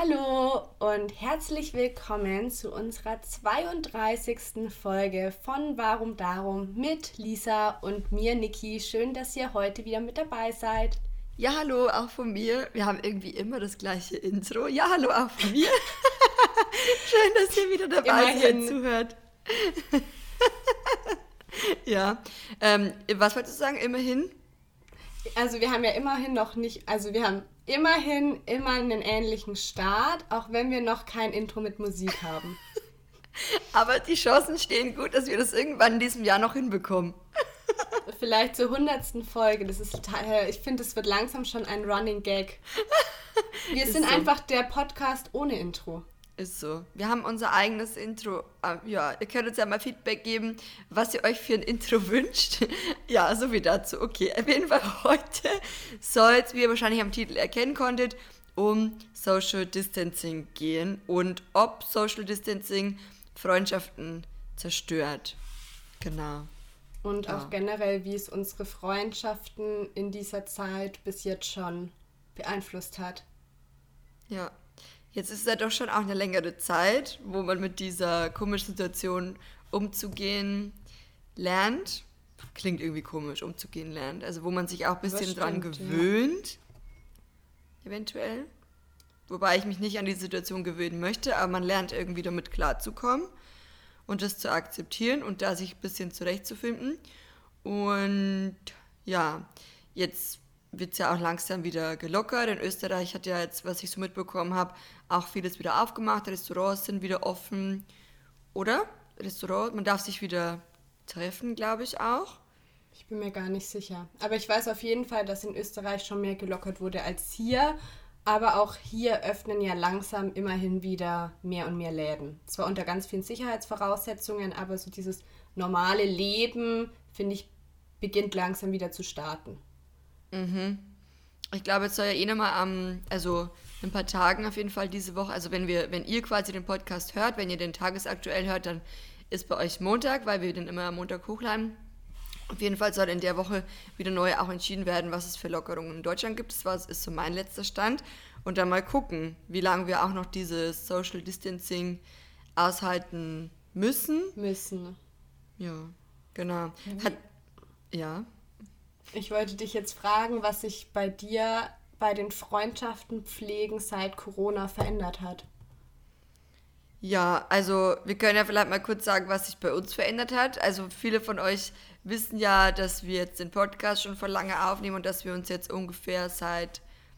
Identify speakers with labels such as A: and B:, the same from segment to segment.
A: Hallo und herzlich willkommen zu unserer 32. Folge von Warum Darum mit Lisa und mir, Niki. Schön, dass ihr heute wieder mit dabei seid.
B: Ja, hallo, auch von mir. Wir haben irgendwie immer das gleiche Intro. Ja, hallo, auch von mir. Schön, dass ihr wieder dabei seid, zuhört. Ja, was wolltest du sagen, immerhin?
A: Also wir haben ja immerhin noch nicht, also wir haben immerhin immer einen ähnlichen Start, auch wenn wir noch kein Intro mit Musik haben.
B: Aber die Chancen stehen gut, dass wir das irgendwann in diesem Jahr noch hinbekommen.
A: Vielleicht zur 100. Folge. Ich finde, es wird langsam schon ein Running Gag. Wir sind so. Einfach der Podcast ohne Intro.
B: Ist so. Wir haben unser eigenes Intro. Ja, ihr könnt uns ja mal Feedback geben, was ihr euch für ein Intro wünscht. Ja, so wie dazu. Okay, auf jeden Fall heute soll es, wie ihr wahrscheinlich am Titel erkennen konntet, um Social Distancing gehen und ob Social Distancing Freundschaften zerstört. Genau.
A: Und auch generell, wie es unsere Freundschaften in dieser Zeit bis jetzt schon beeinflusst hat.
B: Ja. Jetzt ist es ja doch schon auch eine längere Zeit, wo man mit dieser komischen Situation umzugehen lernt. Klingt irgendwie komisch, umzugehen lernt. Also wo man sich auch ein bisschen dran gewöhnt, eventuell. Wobei ich mich nicht an die Situation gewöhnen möchte, aber man lernt irgendwie damit klarzukommen und das zu akzeptieren und da sich ein bisschen zurechtzufinden. Und ja, jetzt wird es ja auch langsam wieder gelockert. In Österreich hat ja jetzt, was ich so mitbekommen habe, auch vieles wieder aufgemacht. Restaurants sind wieder offen. Oder? Restaurant, man darf sich wieder treffen, glaube ich auch.
A: Ich bin mir gar nicht sicher. Aber ich weiß auf jeden Fall, dass in Österreich schon mehr gelockert wurde als hier. Aber auch hier öffnen ja langsam immerhin wieder mehr und mehr Läden. Zwar unter ganz vielen Sicherheitsvoraussetzungen, aber so dieses normale Leben, finde ich, beginnt langsam wieder zu starten.
B: Mhm. Ich glaube, es soll ja nochmal also in ein paar Tagen auf jeden Fall diese Woche, also wenn ihr quasi den Podcast hört, wenn ihr den tagesaktuell hört, dann ist bei euch Montag, weil wir den immer am Montag hochladen. Auf jeden Fall soll in der Woche wieder neu auch entschieden werden, was es für Lockerungen in Deutschland gibt. Das ist so mein letzter Stand. Und dann mal gucken, wie lange wir auch noch dieses Social Distancing aushalten müssen. Ja, genau. Ja.
A: Ich wollte dich jetzt fragen, was sich bei dir bei den Freundschaften pflegen seit Corona verändert hat.
B: Ja, also wir können ja vielleicht mal kurz sagen, was sich bei uns verändert hat. Also viele von euch wissen ja, dass wir jetzt den Podcast schon vor lange aufnehmen und dass wir uns jetzt ungefähr seit,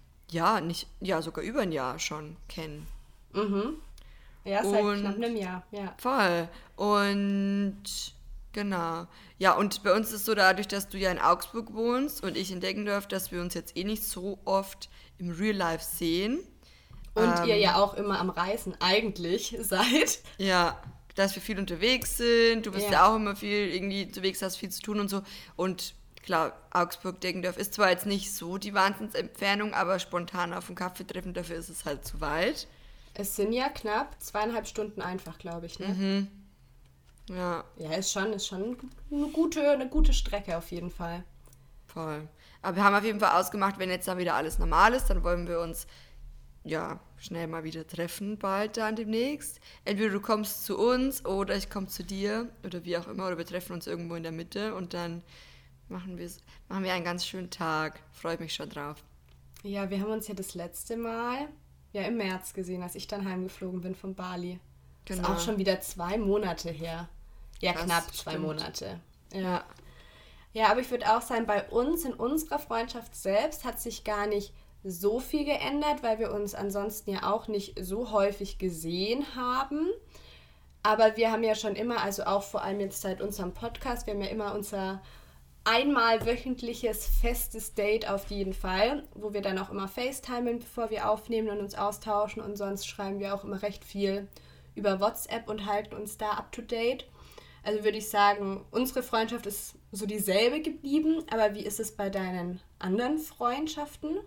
B: sogar über ein Jahr schon kennen.
A: Mhm. Ja, seit knapp einem Jahr, ja.
B: Voll. Und genau. Ja, und bei uns ist es so, dadurch, dass du ja in Augsburg wohnst und ich in Deggendorf, dass wir uns jetzt nicht so oft im Real Life sehen.
A: Und ihr ja auch immer am Reisen eigentlich seid.
B: Ja, dass wir viel unterwegs sind. Du bist ja auch immer viel irgendwie unterwegs, hast viel zu tun und so. Und klar, Augsburg-Deggendorf ist zwar jetzt nicht so die Wahnsinnsentfernung, aber spontan auf einen Kaffee treffen, dafür ist es halt zu weit.
A: Es sind ja knapp 2,5 Stunden einfach, glaube ich, ne?
B: Mhm. Ja.
A: Ja, ist schon eine gute Strecke auf jeden Fall.
B: Voll. Aber wir haben auf jeden Fall ausgemacht, wenn jetzt dann wieder alles normal ist, dann wollen wir uns schnell mal wieder treffen, bald dann demnächst. Entweder du kommst zu uns oder ich komme zu dir oder wie auch immer, oder wir treffen uns irgendwo in der Mitte und dann machen wir einen ganz schönen Tag. Freue mich schon drauf.
A: Ja, wir haben uns ja das letzte Mal im März gesehen, als ich dann heimgeflogen bin von Bali. Genau. Das ist auch schon wieder 2 Monate her. Ja, krass, knapp 2 Monate. Ja. Ja, aber ich würde auch sagen, bei uns in unserer Freundschaft selbst hat sich gar nicht so viel geändert, weil wir uns ansonsten ja auch nicht so häufig gesehen haben. Aber wir haben ja schon immer, also auch vor allem jetzt seit unserem Podcast, wir haben ja immer unser einmal wöchentliches festes Date auf jeden Fall, wo wir dann auch immer FaceTimen, bevor wir aufnehmen und uns austauschen. Und sonst schreiben wir auch immer recht viel über WhatsApp und halten uns da up to date. Also würde ich sagen, unsere Freundschaft ist so dieselbe geblieben. Aber wie ist es bei deinen anderen Freundschaften?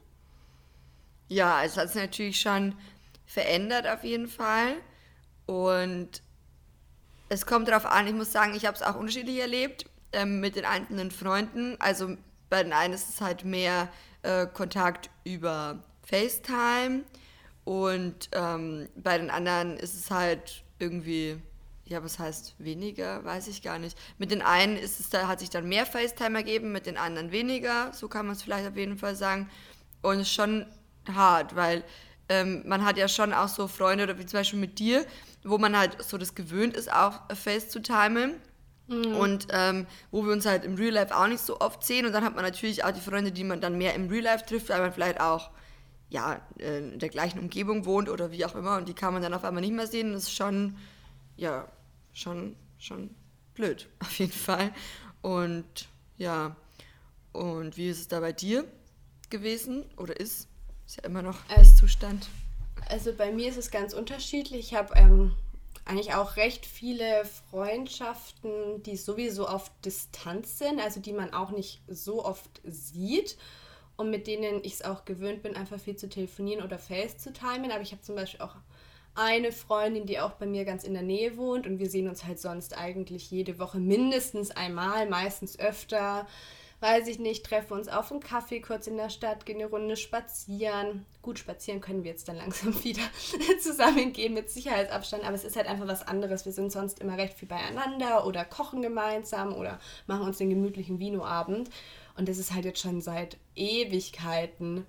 B: Ja, es hat sich natürlich schon verändert auf jeden Fall. Und es kommt darauf an, ich muss sagen, ich habe es auch unterschiedlich erlebt mit den einzelnen Freunden. Also bei den einen ist es halt mehr Kontakt über FaceTime Und bei den anderen ist es halt irgendwie, ja, was heißt weniger, weiß ich gar nicht. Mit den einen hat sich dann mehr FaceTime ergeben, mit den anderen weniger, so kann man es vielleicht auf jeden Fall sagen. Und es ist schon hart, weil man hat ja schon auch so Freunde, oder wie zum Beispiel mit dir, wo man halt so das gewöhnt ist, auch Face zu timen. Und wo wir uns halt im Real Life auch nicht so oft sehen. Und dann hat man natürlich auch die Freunde, die man dann mehr im Real Life trifft, weil man vielleicht auch in der gleichen Umgebung wohnt oder wie auch immer. Und die kann man dann auf einmal nicht mehr sehen. Das ist schon blöd, auf jeden Fall. Und ja, und wie ist es da bei dir gewesen oder ist? Ist ja immer noch Zustand.
A: Also bei mir ist es ganz unterschiedlich. Ich habe eigentlich auch recht viele Freundschaften, die sowieso auf Distanz sind, also die man auch nicht so oft sieht und mit denen ich es auch gewöhnt bin, einfach viel zu telefonieren oder Face zu timen. Aber ich habe zum Beispiel auch eine Freundin, die auch bei mir ganz in der Nähe wohnt und wir sehen uns halt sonst eigentlich jede Woche mindestens einmal, meistens öfter. Weiß ich nicht, treffen uns auf einen Kaffee kurz in der Stadt, gehen eine Runde spazieren. Gut, spazieren können wir jetzt dann langsam wieder zusammen gehen mit Sicherheitsabstand, aber es ist halt einfach was anderes. Wir sind sonst immer recht viel beieinander oder kochen gemeinsam oder machen uns den gemütlichen Vino-Abend. Und das ist halt jetzt schon seit Ewigkeiten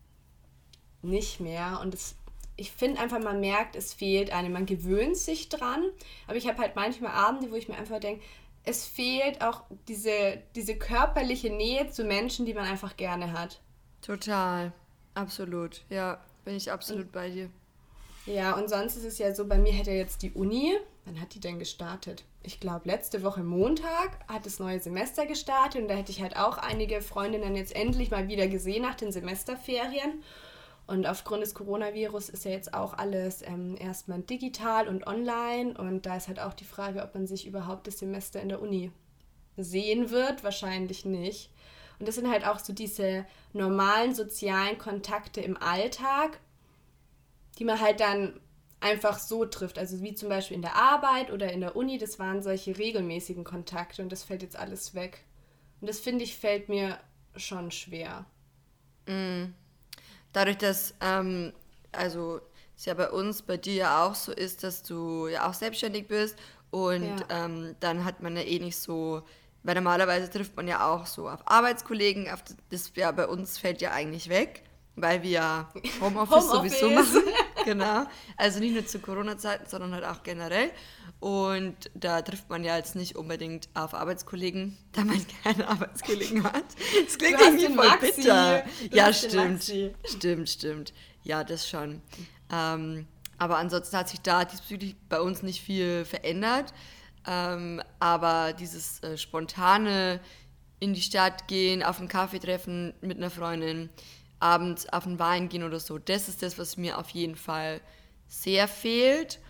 A: nicht mehr. Und ich finde einfach, man merkt, es fehlt einem. Man gewöhnt sich dran, aber ich habe halt manchmal Abende, wo ich mir einfach denke, es fehlt auch diese körperliche Nähe zu Menschen, die man einfach gerne hat.
B: Total, absolut, ja, bin ich absolut bei dir.
A: Ja, und sonst ist es ja so, bei mir hätte jetzt die Uni, wann hat die denn gestartet? Ich glaube, letzte Woche Montag hat das neue Semester gestartet und da hätte ich halt auch einige Freundinnen jetzt endlich mal wieder gesehen nach den Semesterferien. Und aufgrund des Coronavirus ist ja jetzt auch alles erstmal digital und online. Und da ist halt auch die Frage, ob man sich überhaupt das Semester in der Uni sehen wird. Wahrscheinlich nicht. Und das sind halt auch so diese normalen sozialen Kontakte im Alltag, die man halt dann einfach so trifft. Also wie zum Beispiel in der Arbeit oder in der Uni, das waren solche regelmäßigen Kontakte und das fällt jetzt alles weg. Und das, finde ich, fällt mir schon schwer.
B: Dadurch, dass, also es ja bei uns, bei dir ja auch so ist, dass du ja auch selbstständig bist und dann hat man ja eh nicht so, weil normalerweise trifft man ja auch so auf Arbeitskollegen, das ja bei uns fällt ja eigentlich weg, weil wir ja Homeoffice sowieso machen. Genau, also nicht nur zu Corona-Zeiten, sondern halt auch generell. Und da trifft man ja jetzt nicht unbedingt auf Arbeitskollegen, da man keine Arbeitskollegen hat. Das klingt irgendwie voll bitter. Ja, stimmt. Ja, das schon. Aber ansonsten hat sich da diesbezüglich bei uns nicht viel verändert. Aber dieses spontane in die Stadt gehen, auf einen Kaffee treffen mit einer Freundin, abends auf einen Wein gehen oder so, das ist das, was mir auf jeden Fall sehr fehlt.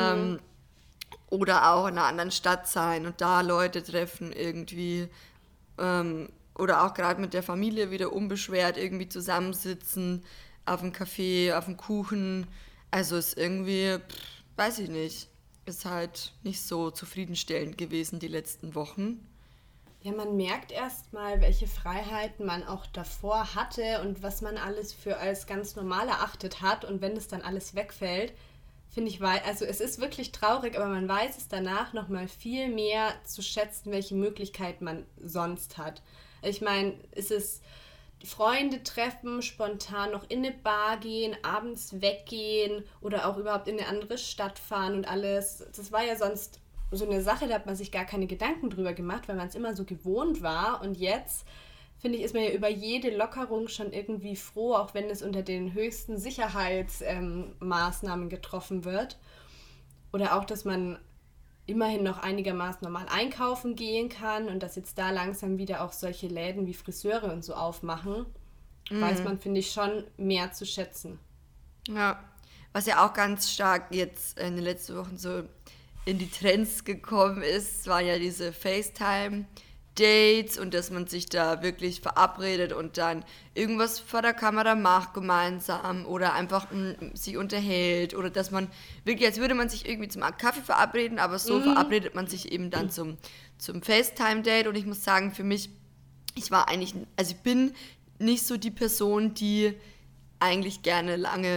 B: Oder auch in einer anderen Stadt sein und da Leute treffen irgendwie. Oder auch gerade mit der Familie wieder unbeschwert irgendwie zusammensitzen, auf dem Kaffee, auf dem Kuchen. Also ist irgendwie, weiß ich nicht, ist halt nicht so zufriedenstellend gewesen die letzten Wochen.
A: Ja, man merkt erst mal, welche Freiheiten man auch davor hatte und was man alles für als ganz normal erachtet hat. Und wenn das dann alles wegfällt, finde ich, also es ist wirklich traurig, aber man weiß es danach noch mal viel mehr zu schätzen, welche Möglichkeiten man sonst hat. Ich meine, ist es Freunde treffen, spontan noch in eine Bar gehen, abends weggehen oder auch überhaupt in eine andere Stadt fahren und alles. Das war ja sonst so eine Sache, da hat man sich gar keine Gedanken drüber gemacht, weil man es immer so gewohnt war. Und jetzt, finde ich, ist man ja über jede Lockerung schon irgendwie froh, auch wenn es unter den höchsten Sicherheitsmaßnahmen getroffen wird. Oder auch, dass man immerhin noch einigermaßen normal einkaufen gehen kann und dass jetzt da langsam wieder auch solche Läden wie Friseure und so aufmachen, weiß man, finde ich, schon mehr zu schätzen.
B: Ja, was ja auch ganz stark jetzt in den letzten Wochen so in die Trends gekommen ist, waren ja diese FaceTime-Dates und dass man sich da wirklich verabredet und dann irgendwas vor der Kamera macht gemeinsam oder einfach sich unterhält oder dass man wirklich, als würde man sich irgendwie zum Kaffee verabreden, aber so verabredet man sich eben dann zum FaceTime-Date und ich muss sagen, für mich, ich bin nicht so die Person, die eigentlich gerne lange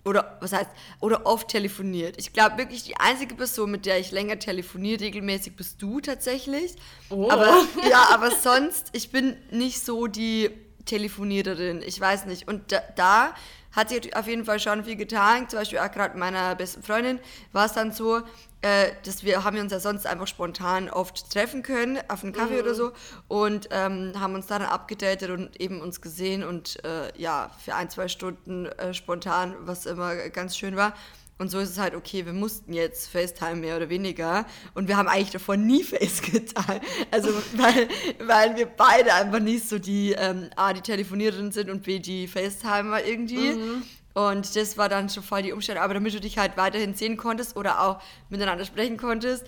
B: oder oft telefoniert. Ich glaube wirklich, die einzige Person, mit der ich länger telefoniere, regelmäßig, bist du tatsächlich.
A: Oh.
B: Aber sonst, ich bin nicht so die Telefoniererin, ich weiß nicht. Und da hat sich auf jeden Fall schon viel getan. Zum Beispiel auch gerade mit meiner besten Freundin war es dann so, dass wir uns ja sonst einfach spontan oft treffen können, auf einen Kaffee oder so, und haben uns dann abgedatet und eben uns gesehen und für 1-2 Stunden spontan, was immer ganz schön war. Und so ist es halt, okay, wir mussten jetzt FaceTime mehr oder weniger und wir haben eigentlich davor nie FaceTime. Also, weil wir beide einfach nicht so die A, die Telefoniererin sind und B, die FaceTimer irgendwie. Und das war dann schon voll die Umstände. Aber damit du dich halt weiterhin sehen konntest oder auch miteinander sprechen konntest,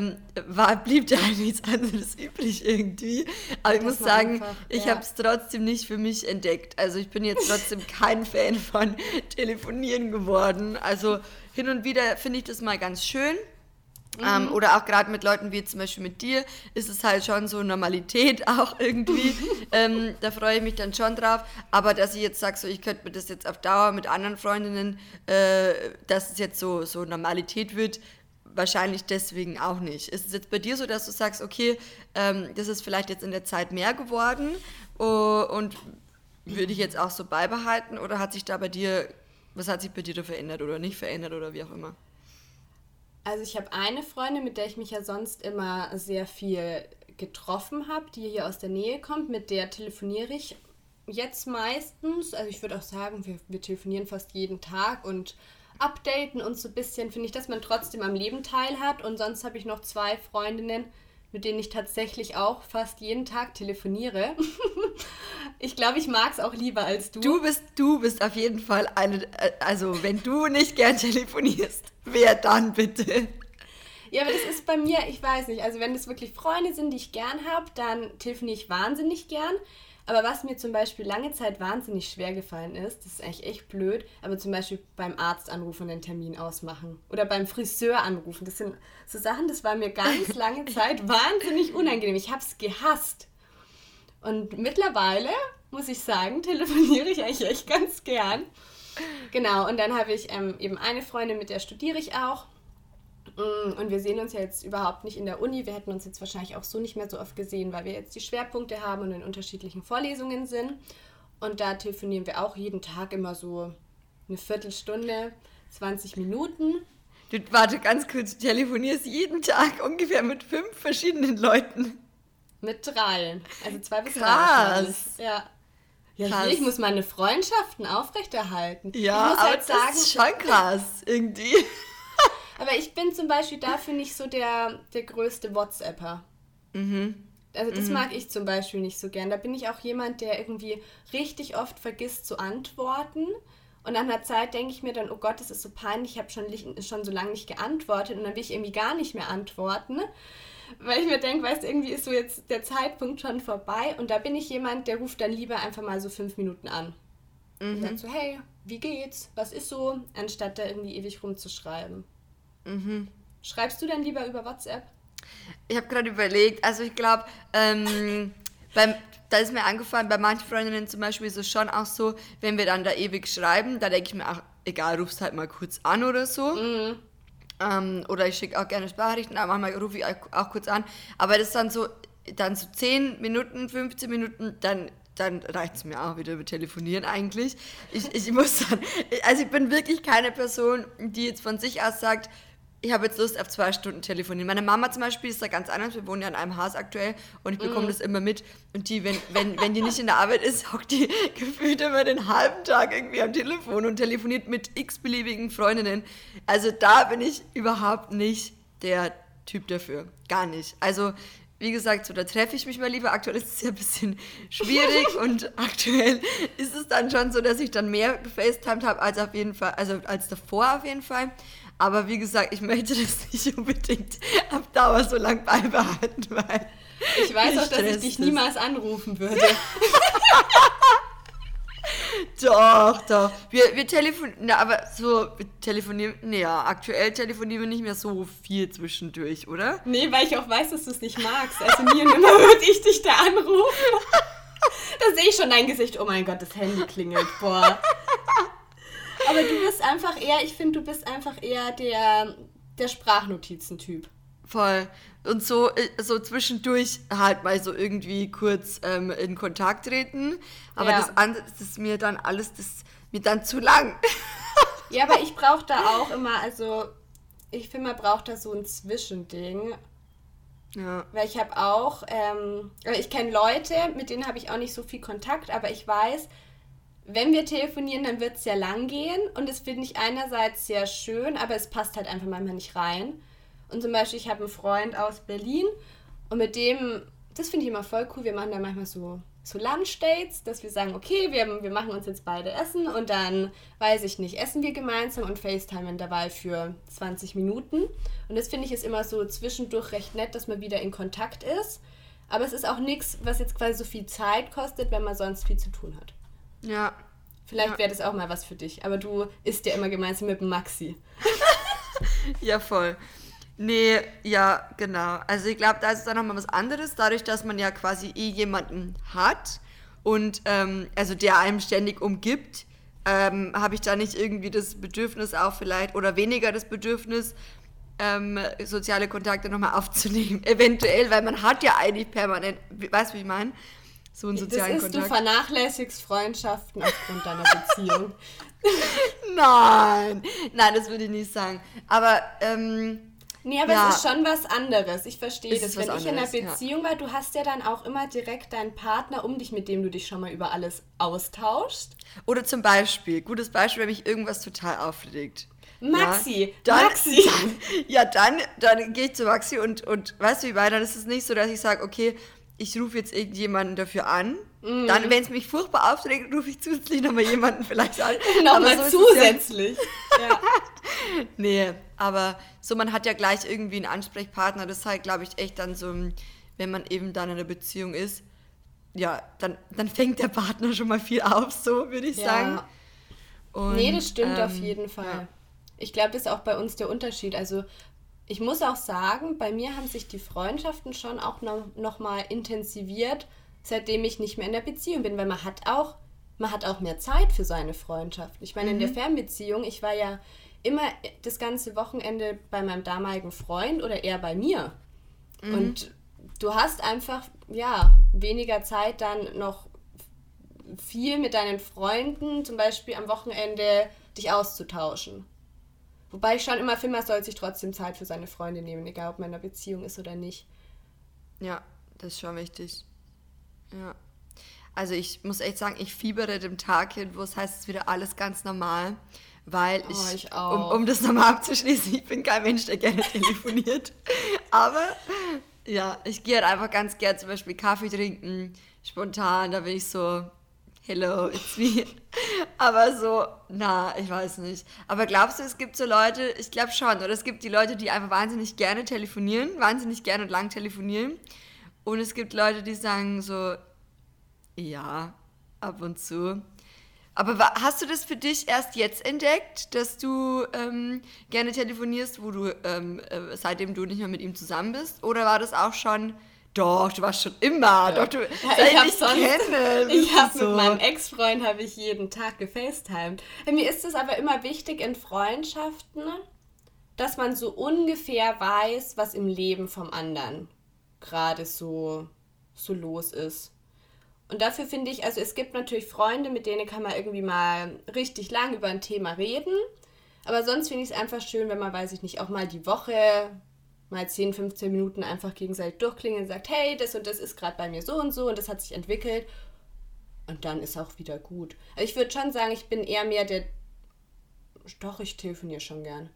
B: blieb da halt nichts anderes übrig irgendwie. Aber ich muss sagen, ich habe es trotzdem nicht für mich entdeckt. Also ich bin jetzt trotzdem kein Fan von Telefonieren geworden. Also hin und wieder finde ich das mal ganz schön. Oder auch gerade mit Leuten wie zum Beispiel mit dir ist es halt schon so Normalität auch irgendwie. Da freue ich mich dann schon drauf. Aber dass ich jetzt sage, so, ich könnte mir das jetzt auf Dauer mit anderen Freundinnen, dass es jetzt so Normalität wird, wahrscheinlich deswegen auch nicht. Ist es jetzt bei dir so, dass du sagst, okay, das ist vielleicht jetzt in der Zeit mehr geworden und würde ich jetzt auch so beibehalten? Oder was hat sich bei dir da verändert oder nicht verändert oder wie auch immer?
A: Also ich habe eine Freundin, mit der ich mich ja sonst immer sehr viel getroffen habe, die hier aus der Nähe kommt, mit der telefoniere ich jetzt meistens. Also ich würde auch sagen, wir telefonieren fast jeden Tag und updaten uns so ein bisschen, finde ich, dass man trotzdem am Leben teilhat. Und sonst habe ich noch 2 Freundinnen, mit denen ich tatsächlich auch fast jeden Tag telefoniere. Ich glaube, ich mag es auch lieber als du.
B: Du bist auf jeden Fall also wenn du nicht gern telefonierst, wer dann bitte?
A: Ja, aber das ist bei mir, ich weiß nicht, also wenn das wirklich Freunde sind, die ich gern habe, dann telefoniere ich wahnsinnig gern. Aber was mir zum Beispiel lange Zeit wahnsinnig schwer gefallen ist, das ist eigentlich echt blöd, aber zum Beispiel beim Arzt anrufen und einen Termin ausmachen. Oder beim Friseur anrufen. Das sind so Sachen, das war mir ganz lange Zeit wahnsinnig unangenehm. Ich habe es gehasst. Und mittlerweile, muss ich sagen, telefoniere ich eigentlich echt ganz gern. Genau, und dann habe ich eben eine Freundin, mit der studiere ich auch. Und wir sehen uns ja jetzt überhaupt nicht in der Uni. Wir hätten uns jetzt wahrscheinlich auch so nicht mehr so oft gesehen, weil wir jetzt die Schwerpunkte haben und in unterschiedlichen Vorlesungen sind. Und da telefonieren wir auch jeden Tag immer so eine Viertelstunde, 20 Minuten.
B: Du, warte ganz kurz, du telefonierst jeden Tag ungefähr mit 5 verschiedenen Leuten.
A: Mit 3. Also 2 bis 3.
B: Krass.
A: Ja. Ja, ich muss meine Freundschaften aufrechterhalten.
B: Ja,
A: ich muss
B: aber
A: halt sagen,
B: das ist schon krass, irgendwie.
A: Aber ich bin zum Beispiel dafür nicht so der größte WhatsApper. Also das mag ich zum Beispiel nicht so gern. Da bin ich auch jemand, der irgendwie richtig oft vergisst zu antworten. Und nach einer Zeit denke ich mir dann, oh Gott, das ist so peinlich, ich habe schon so lange nicht geantwortet und dann will ich irgendwie gar nicht mehr antworten. Weil ich mir denke, weißt du, irgendwie ist so jetzt der Zeitpunkt schon vorbei und da bin ich jemand, der ruft dann lieber einfach mal so 5 Minuten an. Und sagt so, hey, wie geht's? Was ist so? Anstatt da irgendwie ewig rumzuschreiben. Schreibst du denn lieber über WhatsApp?
B: Ich habe gerade überlegt, also ich glaube, da ist mir angefallen, bei manchen Freundinnen zum Beispiel ist es schon auch so, wenn wir dann da ewig schreiben, da denke ich mir, ach, egal, rufst halt mal kurz an oder so. Oder ich schicke auch gerne Sprachnachrichten, aber manchmal rufe ich auch kurz an. Aber das ist dann so 10 Minuten, 15 Minuten, dann reicht es mir auch wieder mit Telefonieren eigentlich. Ich muss dann, also ich bin wirklich keine Person, die jetzt von sich aus sagt, ich habe jetzt Lust auf 2 Stunden telefonieren. Meine Mama zum Beispiel ist da ganz anders. Wir wohnen ja in einem Haus aktuell und ich bekomme das immer mit. Und die, wenn die nicht in der Arbeit ist, hockt die gefühlt immer den halben Tag irgendwie am Telefon und telefoniert mit x-beliebigen Freundinnen. Also da bin ich überhaupt nicht der Typ dafür. Gar nicht. Also wie gesagt, so da treffe ich mich mal lieber. Aktuell ist es ja ein bisschen schwierig und aktuell ist es dann schon so, dass ich dann mehr gefacetimed habe als als davor auf jeden Fall. Aber wie gesagt, ich möchte das nicht unbedingt auf Dauer so lang beibehalten, weil
A: ich weiß auch, dass ich dich niemals anrufen würde.
B: Doch. Wir telefonieren, aktuell telefonieren wir nicht mehr so viel zwischendurch, oder?
A: Nee, weil ich auch weiß, dass du es nicht magst. Also nie und immer würde ich dich da anrufen. Da sehe ich schon dein Gesicht, oh mein Gott, das Handy klingelt, boah. Aber du bist einfach eher, ich finde, du bist einfach eher der Sprachnotizen-Typ.
B: Voll. Und so zwischendurch halt mal so irgendwie kurz in Kontakt treten. Aber das andere, das ist mir dann alles, das ist mir dann zu lang.
A: Ja, aber ich brauche da auch immer, also ich finde, man braucht da so ein Zwischending.
B: Ja.
A: Weil ich habe auch, ich kenne Leute, mit denen habe ich auch nicht so viel Kontakt, aber ich weiß, wenn wir telefonieren, dann wird es sehr lang gehen und das finde ich einerseits sehr schön, aber es passt halt einfach manchmal nicht rein. Und zum Beispiel, ich habe einen Freund aus Berlin und mit dem, das finde ich immer voll cool, wir machen da manchmal so Lunch-Dates, dass wir sagen, okay, wir machen uns jetzt beide essen und dann, weiß ich nicht, essen wir gemeinsam und FaceTimen dabei für 20 Minuten. Und das finde ich ist immer so zwischendurch recht nett, dass man wieder in Kontakt ist. Aber es ist auch nichts, was jetzt quasi so viel Zeit kostet, wenn man sonst viel zu tun hat.
B: Ja.
A: Vielleicht wäre das auch mal was für dich, aber du isst ja immer gemeinsam mit dem Maxi.
B: Ja, voll. Nee, ja, genau. Also ich glaube, da ist dann nochmal was anderes, dadurch, dass man ja quasi jemanden hat und also der einem ständig umgibt, habe ich da nicht irgendwie das Bedürfnis auch vielleicht oder weniger das Bedürfnis, soziale Kontakte nochmal aufzunehmen. Eventuell, weil man hat ja eigentlich permanent, weißt du, wie ich meine? So einen sozialen Kontakt.
A: Du vernachlässigst Freundschaften aufgrund deiner Beziehung.
B: Nein, das würde ich nicht sagen. Aber
A: nee, aber es ist schon was anderes. Ich verstehe das. Wenn ich in einer
B: anderes,
A: Beziehung war, du hast ja dann auch immer direkt deinen Partner um dich, mit dem du dich schon mal über alles austauschst.
B: Oder zum Beispiel, gutes Beispiel, wenn mich irgendwas total aufregt.
A: Maxi,
B: ja,
A: Maxi.
B: Dann gehe ich zu Maxi und weißt du, wie weit, dann ist es nicht so, dass ich sage, okay, ich rufe jetzt irgendjemanden dafür an. Mm. Dann, wenn es mich furchtbar aufregt, rufe ich zusätzlich nochmal jemanden vielleicht an.
A: Nochmal so zusätzlich. Ja.
B: Nee, aber so, man hat ja gleich irgendwie einen Ansprechpartner. Das ist halt, glaube ich, echt dann so, wenn man eben dann in einer Beziehung ist, ja, dann fängt der Partner schon mal viel auf, so würde ich sagen. Und,
A: nee, das stimmt auf jeden Fall. Ja. Ich glaube, das ist auch bei uns der Unterschied. Also ich muss auch sagen, bei mir haben sich die Freundschaften schon auch noch mal intensiviert, seitdem ich nicht mehr in der Beziehung bin, weil man hat auch mehr Zeit für seine Freundschaft. Ich meine, in der Fernbeziehung, ich war ja immer das ganze Wochenende bei meinem damaligen Freund oder eher bei mir. Und du hast einfach, weniger Zeit dann noch viel mit deinen Freunden, zum Beispiel am Wochenende, dich auszutauschen. Wobei ich schon immer finde, man soll sich trotzdem Zeit für seine Freunde nehmen, egal ob man in einer Beziehung ist oder nicht.
B: Ja, das ist schon wichtig. Ja. Also ich muss echt sagen, ich fiebere dem Tag hin, wo es heißt, es ist wieder alles ganz normal, weil ich um das nochmal abzuschließen, ich bin kein Mensch, der gerne telefoniert. Aber ja, ich gehe halt einfach ganz gern zum Beispiel Kaffee trinken, spontan, da bin ich so, hello, it's me. Aber so, ich weiß nicht. Aber glaubst du, es gibt so Leute, ich glaube schon, oder es gibt die Leute, die einfach wahnsinnig gerne telefonieren, wahnsinnig gerne und lang telefonieren. Und es gibt Leute, die sagen so, ja, ab und zu. Aber hast du das für dich erst jetzt entdeckt, dass du gerne telefonierst, wo du seitdem du nicht mehr mit ihm zusammen bist? Oder war das auch schon... Doch, du warst schon immer. Ja. Doch,
A: ich habe mit meinem Ex-Freund jeden Tag gefacetimed. Mir ist es aber immer wichtig in Freundschaften, dass man so ungefähr weiß, was im Leben vom anderen gerade so los ist. Und dafür finde ich, also es gibt natürlich Freunde, mit denen kann man irgendwie mal richtig lang über ein Thema reden. Aber sonst finde ich es einfach schön, wenn man, weiß ich nicht, auch mal die Woche... mal 10, 15 Minuten einfach gegenseitig durchklingeln und sagt, hey, das und das ist gerade bei mir so und das hat sich entwickelt und dann ist auch wieder gut. Also ich würde schon sagen, ich bin eher mehr der... Doch, ich telefoniere schon gern.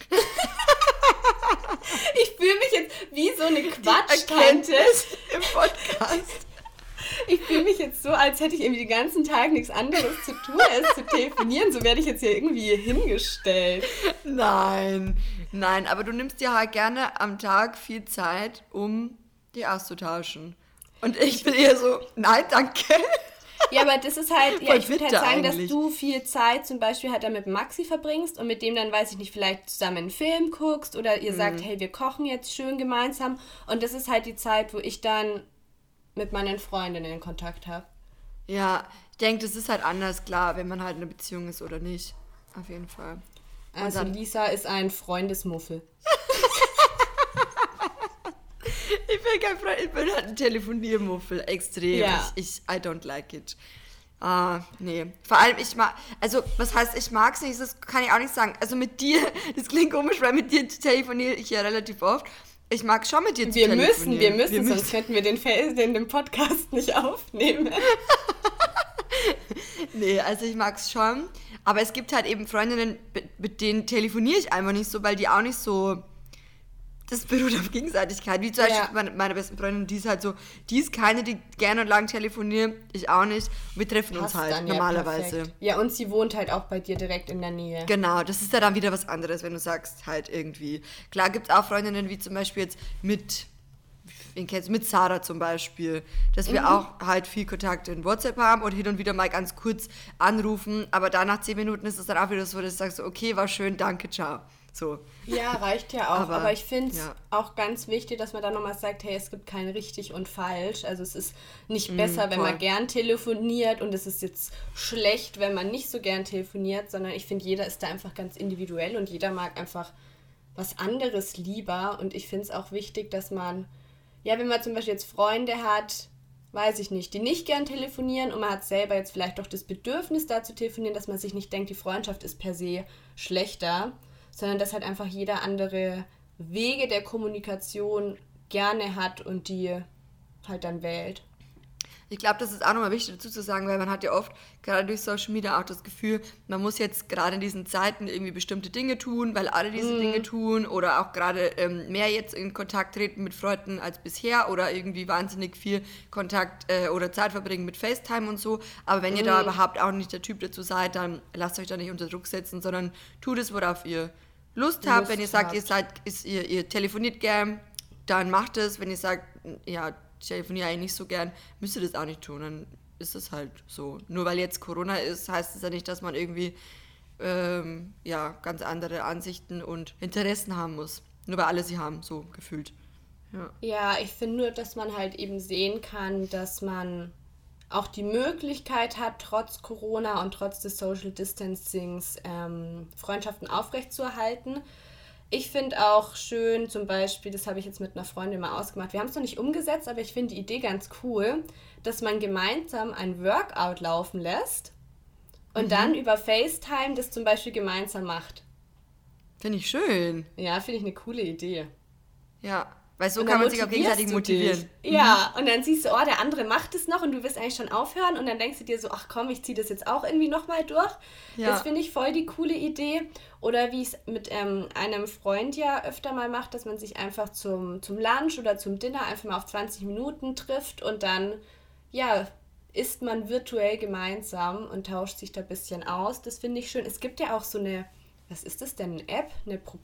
A: Ich fühle mich jetzt wie so eine Quatsch-Tante
B: im Podcast.
A: Ich fühle mich jetzt so, als hätte ich irgendwie den ganzen Tag nichts anderes zu tun, als zu telefonieren. So werde ich jetzt hier irgendwie hingestellt.
B: Nein, aber du nimmst dir halt gerne am Tag viel Zeit, um die auszutauschen. Und ich bin eher so, nein, danke.
A: Ja, aber das ist halt, ich würde halt sagen, eigentlich, dass du viel Zeit zum Beispiel halt dann mit Maxi verbringst und mit dem dann, weiß ich nicht, vielleicht zusammen einen Film guckst oder ihr sagt, hey, wir kochen jetzt schön gemeinsam. Und das ist halt die Zeit, wo ich dann mit meinen Freundinnen in Kontakt habe.
B: Ja, ich denke, das ist halt anders, klar, wenn man halt in einer Beziehung ist oder nicht. auf jeden Fall.
A: Also Lisa ist ein Freundesmuffel.
B: Ich bin kein Freund, ich bin halt ein Telefoniermuffel, extrem. Ja. I don't like it. Nee. Vor allem, was heißt, ich mag es nicht, das kann ich auch nicht sagen. Also mit dir, das klingt komisch, weil mit dir telefoniere ich ja relativ oft. Ich mag es schon mit dir zu telefonieren.
A: Wir müssen, sonst könnten wir den Podcast nicht aufnehmen.
B: Nee, also ich mag es schon. Aber es gibt halt eben Freundinnen, mit denen telefoniere ich einfach nicht so, weil die auch nicht so... Das beruht auf Gegenseitigkeit. Wie zum Beispiel meine besten Freundin, die ist halt so, die ist keine, die gerne und lang telefoniert, ich auch nicht. Wir treffen uns halt normalerweise.
A: Ja, und sie wohnt halt auch bei dir direkt in der Nähe.
B: Genau, das ist ja dann wieder was anderes, wenn du sagst, halt irgendwie. Klar gibt es auch Freundinnen, wie zum Beispiel jetzt mit Sarah zum Beispiel, dass wir auch halt viel Kontakt in WhatsApp haben und hin und wieder mal ganz kurz anrufen, aber dann nach 10 Minuten ist es dann auch wieder so, dass du sagst, okay, war schön, danke, ciao. So.
A: Ja, reicht ja auch. Aber ich finde es auch ganz wichtig, dass man dann nochmal sagt, hey, es gibt kein richtig und falsch. Also es ist nicht besser, wenn man gern telefoniert und es ist jetzt schlecht, wenn man nicht so gern telefoniert, sondern ich finde, jeder ist da einfach ganz individuell und jeder mag einfach was anderes lieber. Und ich finde es auch wichtig, dass man, ja, wenn man zum Beispiel jetzt Freunde hat, weiß ich nicht, die nicht gern telefonieren und man hat selber jetzt vielleicht doch das Bedürfnis, da zu telefonieren, dass man sich nicht denkt, die Freundschaft ist per se schlechter, sondern dass halt einfach jeder andere Wege der Kommunikation gerne hat und die halt dann wählt.
B: Ich glaube, das ist auch nochmal wichtig dazu zu sagen, weil man hat ja oft, gerade durch Social Media, auch das Gefühl, man muss jetzt gerade in diesen Zeiten irgendwie bestimmte Dinge tun, weil alle diese Dinge tun oder auch gerade mehr jetzt in Kontakt treten mit Freunden als bisher oder irgendwie wahnsinnig viel Kontakt oder Zeit verbringen mit FaceTime und so. Aber wenn ihr da überhaupt auch nicht der Typ dazu seid, dann lasst euch da nicht unter Druck setzen, sondern tut es, worauf ihr Lust habt. Wenn ihr sagt, ihr telefoniert gern, dann macht es. Wenn ihr sagt, ja, ich telefoniere eigentlich nicht so gern, müsst ihr das auch nicht tun, dann ist es halt so. Nur weil jetzt Corona ist, heißt es ja nicht, dass man irgendwie ganz andere Ansichten und Interessen haben muss. Nur weil alle sie haben, so gefühlt.
A: Ja, ich finde nur, dass man halt eben sehen kann, dass man auch die Möglichkeit hat, trotz Corona und trotz des Social Distancings Freundschaften aufrechtzuerhalten. Ich finde auch schön, zum Beispiel, das habe ich jetzt mit einer Freundin mal ausgemacht, wir haben es noch nicht umgesetzt, aber ich finde die Idee ganz cool, dass man gemeinsam ein Workout laufen lässt und dann über FaceTime das zum Beispiel gemeinsam macht.
B: Finde ich schön.
A: Ja, finde ich eine coole Idee.
B: Ja, weil so kann man sich auch gegenseitig motivieren.
A: Ja, und dann siehst du, oh, der andere macht es noch und du willst eigentlich schon aufhören und dann denkst du dir so, ach komm, ich ziehe das jetzt auch irgendwie nochmal durch. Ja. Das finde ich voll die coole Idee. Oder wie ich es mit einem Freund ja öfter mal mache, dass man sich einfach zum Lunch oder zum Dinner einfach mal auf 20 Minuten trifft und dann, ja, isst man virtuell gemeinsam und tauscht sich da ein bisschen aus. Das finde ich schön. Es gibt ja auch so eine, was ist das denn, eine App,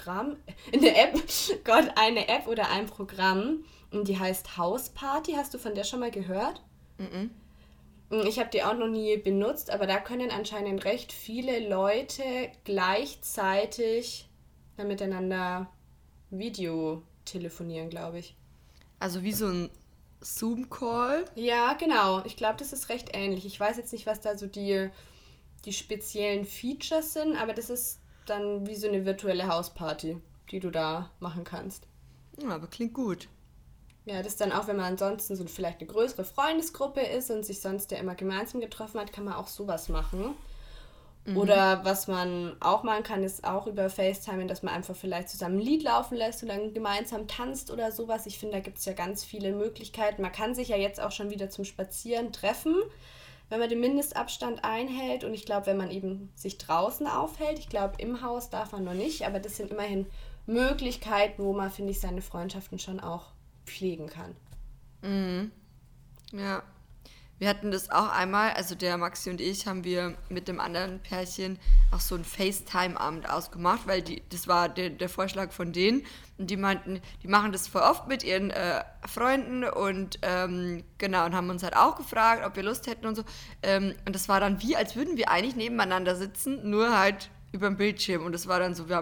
A: eine App oder ein Programm, und die heißt Hausparty. Hast du von der schon mal gehört?
B: Mhm.
A: Ich habe die auch noch nie benutzt, aber da können anscheinend recht viele Leute gleichzeitig miteinander Video telefonieren, glaube ich.
B: Also wie so ein Zoom-Call?
A: Ja, genau. Ich glaube, das ist recht ähnlich. Ich weiß jetzt nicht, was da so die speziellen Features sind, aber das ist dann wie so eine virtuelle Hausparty, die du da machen kannst.
B: Ja, aber klingt gut.
A: Ja, das ist dann auch, wenn man ansonsten so vielleicht eine größere Freundesgruppe ist und sich sonst ja immer gemeinsam getroffen hat, kann man auch sowas machen. Mhm. Oder was man auch machen kann, ist auch über FaceTime, dass man einfach vielleicht zusammen ein Lied laufen lässt und dann gemeinsam tanzt oder sowas. Ich finde, da gibt es ja ganz viele Möglichkeiten. Man kann sich ja jetzt auch schon wieder zum Spazieren treffen, wenn man den Mindestabstand einhält. Und ich glaube, wenn man eben sich draußen aufhält, ich glaube, im Haus darf man noch nicht, aber das sind immerhin Möglichkeiten, wo man, finde ich, seine Freundschaften schon auch pflegen kann.
B: Mhm. Ja. Wir hatten das auch einmal, also der Maxi und ich, haben wir mit dem anderen Pärchen auch so einen FaceTime-Abend ausgemacht, weil das war der Vorschlag von denen und die meinten, die machen das voll oft mit ihren Freunden und genau, und haben uns halt auch gefragt, ob wir Lust hätten und so. Und das war dann wie, als würden wir eigentlich nebeneinander sitzen, nur halt über dem Bildschirm und das war dann so, wir haben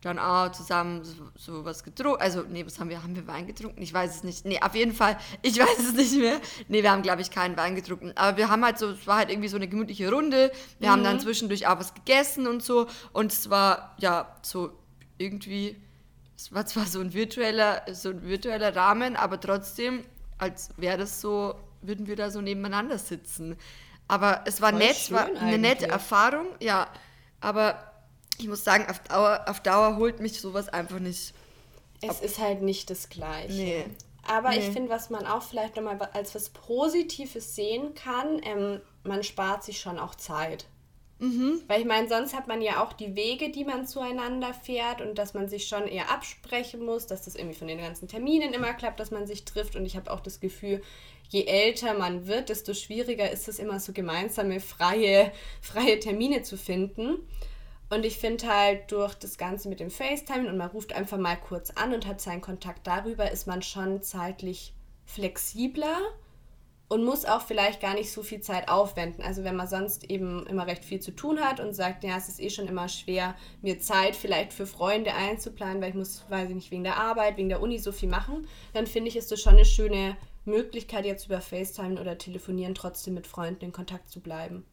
B: dann auch zusammen so was getrunken. Also, nee, was haben wir? Haben wir Wein getrunken? Ich weiß es nicht. Nee, auf jeden Fall, ich weiß es nicht mehr. Nee, wir haben, glaube ich, keinen Wein getrunken. Aber wir haben halt so, es war halt irgendwie so eine gemütliche Runde. Wir haben dann zwischendurch auch was gegessen und so. Und es war, ja, so irgendwie, es war zwar so ein virtueller Rahmen, aber trotzdem, als wäre das so, würden wir da so nebeneinander sitzen. Aber es war nett, es war eine nette Erfahrung, ja. Aber ich muss sagen, auf Dauer holt mich sowas einfach nicht.
A: Es ist halt nicht das Gleiche. Nee. Aber ich finde, was man auch vielleicht nochmal als was Positives sehen kann, man spart sich schon auch Zeit. Weil ich meine, sonst hat man ja auch die Wege, die man zueinander fährt und dass man sich schon eher absprechen muss, dass das irgendwie von den ganzen Terminen immer klappt, dass man sich trifft. Und ich habe auch das Gefühl, je älter man wird, desto schwieriger ist es immer so gemeinsame, freie Termine zu finden. Und ich finde halt durch das Ganze mit dem FaceTime und man ruft einfach mal kurz an und hat seinen Kontakt darüber, ist man schon zeitlich flexibler und muss auch vielleicht gar nicht so viel Zeit aufwenden. Also wenn man sonst eben immer recht viel zu tun hat und sagt, ja, es ist eh schon immer schwer, mir Zeit vielleicht für Freunde einzuplanen, weil ich muss, weiß ich nicht, wegen der Arbeit, wegen der Uni so viel machen, dann finde ich, ist das schon eine schöne Möglichkeit, jetzt über FaceTime oder Telefonieren trotzdem mit Freunden in Kontakt zu bleiben.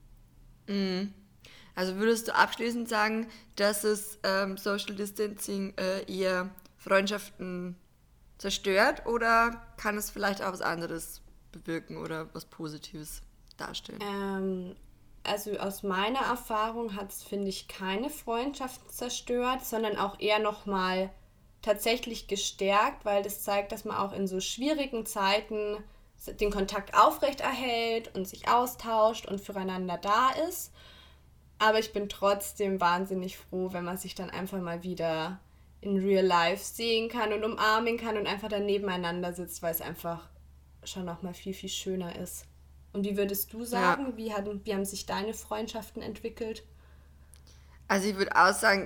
B: Also würdest du abschließend sagen, dass es Social Distancing eher Freundschaften zerstört oder kann es vielleicht auch was anderes bewirken oder was Positives darstellen?
A: Also aus meiner Erfahrung hat es, finde ich, keine Freundschaften zerstört, sondern auch eher nochmal tatsächlich gestärkt, weil das zeigt, dass man auch in so schwierigen Zeiten den Kontakt aufrechterhält und sich austauscht und füreinander da ist. Aber ich bin trotzdem wahnsinnig froh, wenn man sich dann einfach mal wieder in Real Life sehen kann und umarmen kann und einfach dann nebeneinander sitzt, weil es einfach schon nochmal viel, viel schöner ist. Und wie würdest du sagen, wie haben sich deine Freundschaften entwickelt?
B: Also ich würde auch sagen,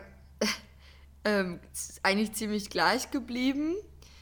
B: es ist eigentlich ziemlich gleich geblieben.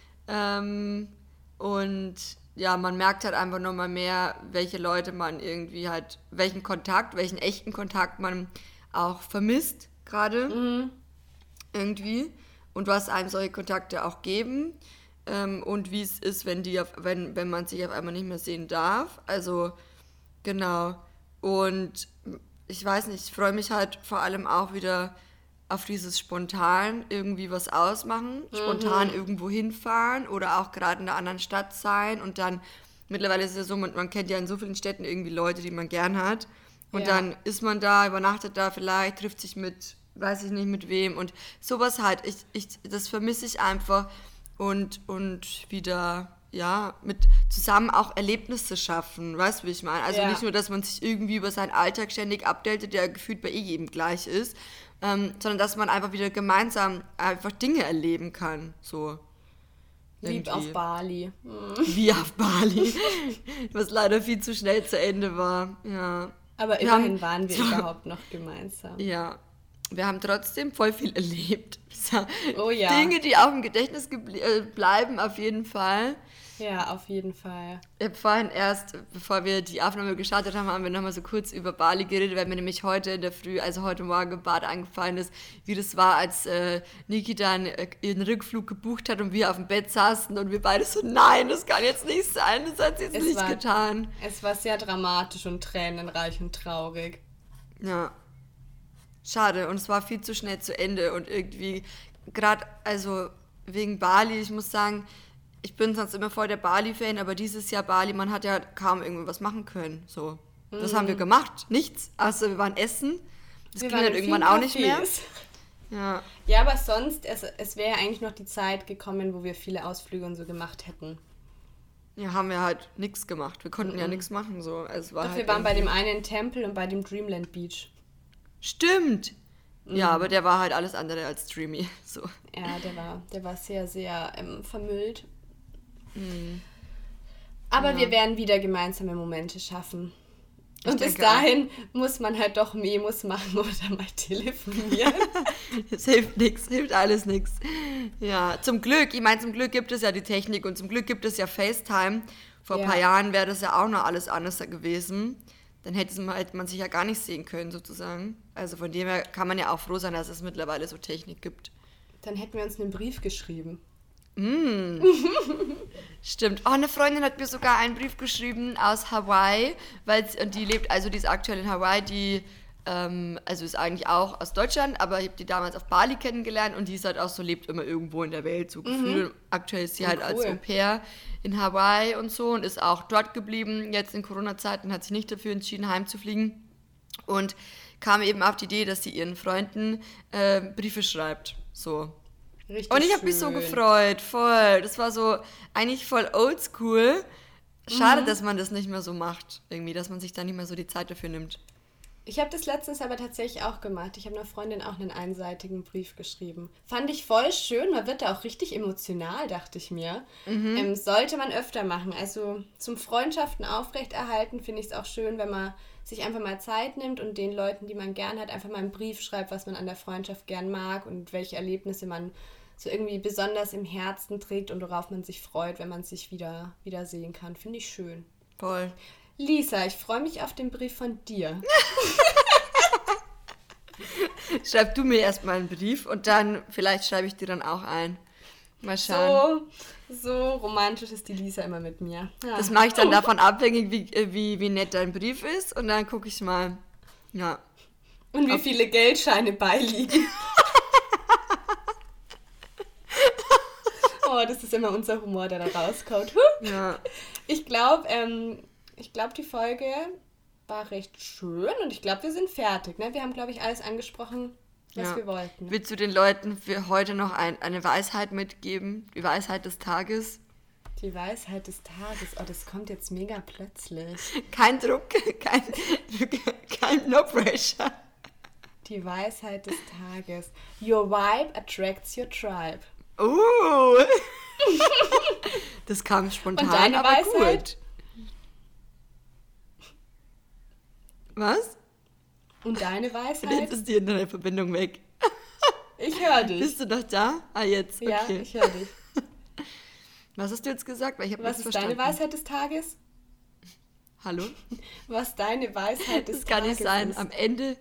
B: Und ja, man merkt halt einfach nochmal mehr, welche Leute man irgendwie halt, welchen echten Kontakt man auch vermisst gerade irgendwie und was einem solche Kontakte auch geben und wie es ist, wenn man sich auf einmal nicht mehr sehen darf. Also genau. Und ich weiß nicht, ich freue mich halt vor allem auch wieder auf dieses spontan irgendwie was ausmachen, spontan irgendwo hinfahren oder auch gerade in einer anderen Stadt sein und dann, mittlerweile ist es ja so, man kennt ja in so vielen Städten irgendwie Leute, die man gern hat und dann ist man da, übernachtet da vielleicht, trifft sich mit, weiß ich nicht mit wem und sowas halt, das vermisse ich einfach und wieder, ja, mit zusammen auch Erlebnisse schaffen, weißt du, wie ich meine? Also nicht nur, dass man sich irgendwie über seinen Alltag ständig updatet, der gefühlt bei jedem gleich ist, sondern dass man einfach wieder gemeinsam einfach Dinge erleben kann. So.
A: Wie auf Bali.
B: Wie auf Bali. Was leider viel zu schnell zu Ende war. Ja.
A: Aber immerhin waren wir überhaupt noch gemeinsam.
B: Ja. Wir haben trotzdem voll viel erlebt.
A: Oh ja.
B: Dinge, die auch im Gedächtnis bleiben, auf jeden Fall.
A: Ja, auf jeden Fall.
B: Ich habe vorhin erst, bevor wir die Aufnahme gestartet haben, haben wir nochmal so kurz über Bali geredet, weil mir nämlich heute in der Früh, also heute Morgen im Bad eingefallen ist, wie das war, als Niki dann ihren Rückflug gebucht hat und wir auf dem Bett saßen und wir beide so, nein, das kann jetzt nicht sein, das hat sie jetzt nicht getan.
A: Es war sehr dramatisch und tränenreich und traurig.
B: Ja, schade und es war viel zu schnell zu Ende und irgendwie, gerade also wegen Bali, ich muss sagen, ich bin sonst immer voll der Bali-Fan, aber dieses Jahr Bali, man hat ja kaum irgendwas machen können. So. Was haben wir gemacht? Nichts. Also wir waren essen. Das ging dann irgendwann auch nicht mehr.
A: Ja, aber sonst, es wäre ja eigentlich noch die Zeit gekommen, wo wir viele Ausflüge und so gemacht hätten.
B: Ja, haben wir halt nichts gemacht. Wir konnten ja nichts machen. So. Es war
A: doch,
B: halt
A: wir waren bei dem einen Tempel und bei dem Dreamland Beach.
B: Stimmt! Ja, aber der war halt alles andere als dreamy. So.
A: Ja, der war sehr, sehr vermüllt. Aber wir werden wieder gemeinsame Momente schaffen. Und bis dahin muss man halt doch Memos machen oder mal telefonieren.
B: Es hilft nichts, hilft alles nichts. Ja, zum Glück gibt es ja die Technik und zum Glück gibt es ja FaceTime. Vor ein paar Jahren wäre das ja auch noch alles anders gewesen. Dann hätte man sich ja gar nicht sehen können, sozusagen. Also von dem her kann man ja auch froh sein, dass es mittlerweile so Technik gibt.
A: Dann hätten wir uns einen Brief geschrieben.
B: Stimmt. Oh, eine Freundin hat mir sogar einen Brief geschrieben aus Hawaii, und die ist aktuell in Hawaii, die also ist eigentlich auch aus Deutschland, aber ich habe die damals auf Bali kennengelernt und die ist halt auch so, lebt immer irgendwo in der Welt, so gefühlt. Aktuell ist sie halt als Au-pair in Hawaii und so und ist auch dort geblieben, jetzt in Corona-Zeiten, hat sich nicht dafür entschieden, heimzufliegen und kam eben auf die Idee, dass sie ihren Freunden Briefe schreibt, so. Richtig und ich habe mich so gefreut, voll. Das war so eigentlich voll oldschool. Schade, dass man das nicht mehr so macht, irgendwie, dass man sich da nicht mehr so die Zeit dafür nimmt.
A: Ich habe das letztens aber tatsächlich auch gemacht. Ich habe einer Freundin auch einen einseitigen Brief geschrieben. Fand ich voll schön. Man wird da auch richtig emotional, dachte ich mir. Sollte man öfter machen. Also zum Freundschaften aufrechterhalten finde ich es auch schön, wenn man sich einfach mal Zeit nimmt und den Leuten, die man gern hat, einfach mal einen Brief schreibt, was man an der Freundschaft gern mag und welche Erlebnisse man so irgendwie besonders im Herzen trägt und worauf man sich freut, wenn man sich wieder sehen kann. Finde ich schön.
B: Voll.
A: Lisa, ich freue mich auf den Brief von dir.
B: Schreib du mir erstmal einen Brief und dann, vielleicht schreibe ich dir dann auch ein. Mal schauen.
A: So romantisch ist die Lisa immer mit mir.
B: Ja. Das mache ich dann davon abhängig, wie nett dein Brief ist und dann gucke ich mal. Ja.
A: Und wie viele Geldscheine beiliegen. Oh, das ist immer unser Humor, der da rauskommt.
B: Ja.
A: Ich glaube, die Folge war recht schön und ich glaube, wir sind fertig. Ne? Wir haben, glaube ich, alles angesprochen, was wir wollten.
B: Willst du den Leuten für heute noch eine Weisheit mitgeben? Die Weisheit des Tages?
A: Die Weisheit des Tages. Oh, das kommt jetzt mega plötzlich.
B: Kein Druck, kein No Pressure.
A: Die Weisheit des Tages. Your vibe attracts your tribe.
B: Das kam spontan,
A: und deine
B: aber
A: Weisheit?
B: Gut. Was?
A: Und deine Weisheit?
B: Jetzt ist die Internetverbindung weg.
A: Ich höre dich.
B: Bist du noch da? Ah, jetzt, okay.
A: Ja, ich höre dich.
B: Was hast du jetzt gesagt? Weil ich
A: Was ist deine Weisheit des Tages?
B: Hallo?
A: Was deine Weisheit des Tages ist?
B: Das kann nicht sein. Am Ende...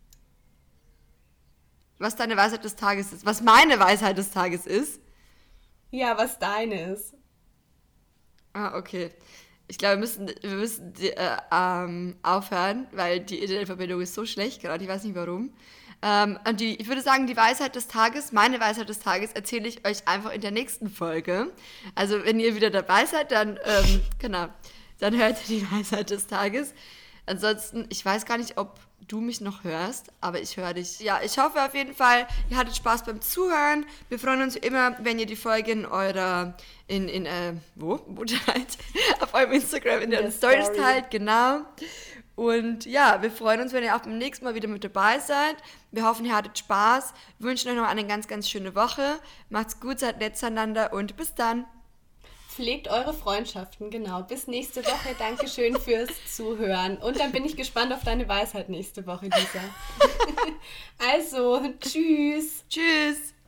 B: Was deine Weisheit des Tages ist. Was meine Weisheit des Tages ist.
A: Ja, was deine ist.
B: Ah, okay. Ich glaube, wir müssen aufhören, weil die Internetverbindung ist so schlecht gerade. Ich weiß nicht warum. Und ich würde sagen, die Weisheit des Tages, meine Weisheit des Tages, erzähle ich euch einfach in der nächsten Folge. Also wenn ihr wieder dabei seid, dann dann hört ihr die Weisheit des Tages. Ansonsten, ich weiß gar nicht, ob du mich noch hörst, aber ich höre dich. Ja, ich hoffe auf jeden Fall, ihr hattet Spaß beim Zuhören. Wir freuen uns immer, wenn ihr die Folge in eurer, wo teilt? Auf eurem Instagram in den Stories teilt, genau. Und ja, wir freuen uns, wenn ihr auch beim nächsten Mal wieder mit dabei seid. Wir hoffen, ihr hattet Spaß. Wir wünschen euch noch eine ganz, ganz schöne Woche. Macht's gut, seid nett zueinander und bis dann.
A: Pflegt eure Freundschaften, genau. Bis nächste Woche. Dankeschön fürs Zuhören. Und dann bin ich gespannt auf deine Weisheit nächste Woche, Lisa. Also, tschüss.
B: Tschüss.